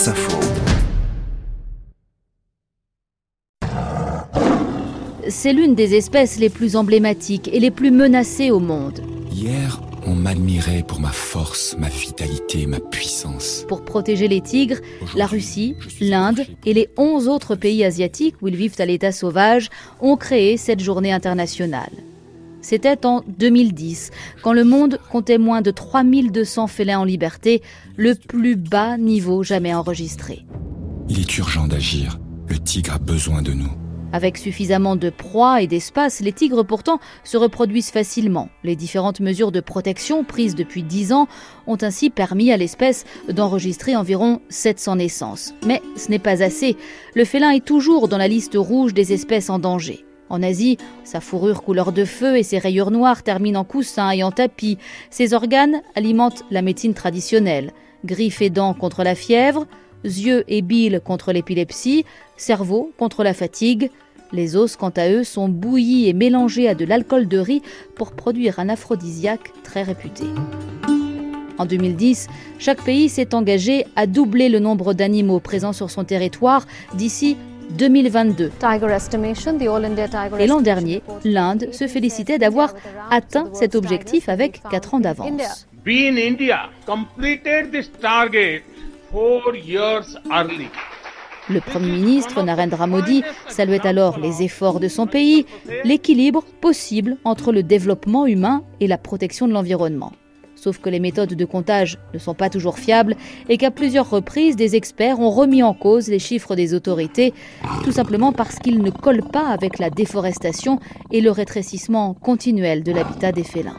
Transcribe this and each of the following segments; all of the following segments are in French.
France Info. C'est l'une des espèces les plus emblématiques et les plus menacées au monde. Hier, on m'admirait pour ma force, ma vitalité, ma puissance. Pour protéger les tigres, la Russie, l'Inde et les 11 autres pays asiatiques où ils vivent à l'état sauvage ont créé cette journée internationale. C'était en 2010, quand le monde comptait moins de 3200 félins en liberté, le plus bas niveau jamais enregistré. Il est urgent d'agir. Le tigre a besoin de nous. Avec suffisamment de proies et d'espace, les tigres pourtant se reproduisent facilement. Les différentes mesures de protection prises depuis 10 ans ont ainsi permis à l'espèce d'enregistrer environ 700 naissances. Mais ce n'est pas assez. Le félin est toujours dans la liste rouge des espèces en danger. En Asie, sa fourrure couleur de feu et ses rayures noires terminent en coussin et en tapis. Ses organes alimentent la médecine traditionnelle. Griffes et dents contre la fièvre, yeux et bile contre l'épilepsie, cerveau contre la fatigue. Les os, quant à eux, sont bouillis et mélangés à de l'alcool de riz pour produire un aphrodisiaque très réputé. En 2010, chaque pays s'est engagé à doubler le nombre d'animaux présents sur son territoire d'ici 2022. Et l'an dernier, l'Inde se félicitait d'avoir atteint cet objectif avec 4 ans d'avance. We in India completed this target 4 years early. Le Premier ministre Narendra Modi saluait alors les efforts de son pays, l'équilibre possible entre le développement humain et la protection de l'environnement. Sauf que les méthodes de comptage ne sont pas toujours fiables et qu'à plusieurs reprises, des experts ont remis en cause les chiffres des autorités, tout simplement parce qu'ils ne collent pas avec la déforestation et le rétrécissement continuel de l'habitat des félins.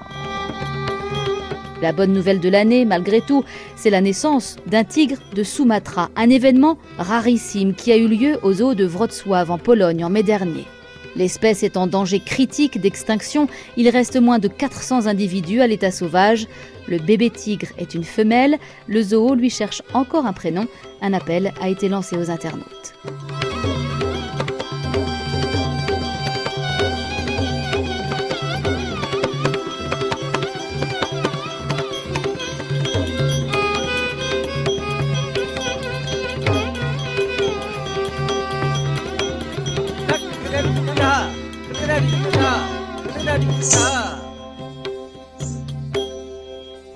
La bonne nouvelle de l'année, malgré tout, c'est la naissance d'un tigre de Sumatra, un événement rarissime qui a eu lieu aux eaux de Wrocław en Pologne en mai dernier. L'espèce est en danger critique d'extinction, il reste moins de 400 individus à l'état sauvage. Le bébé tigre est une femelle, le zoo lui cherche encore un prénom. Un appel a été lancé aux internautes.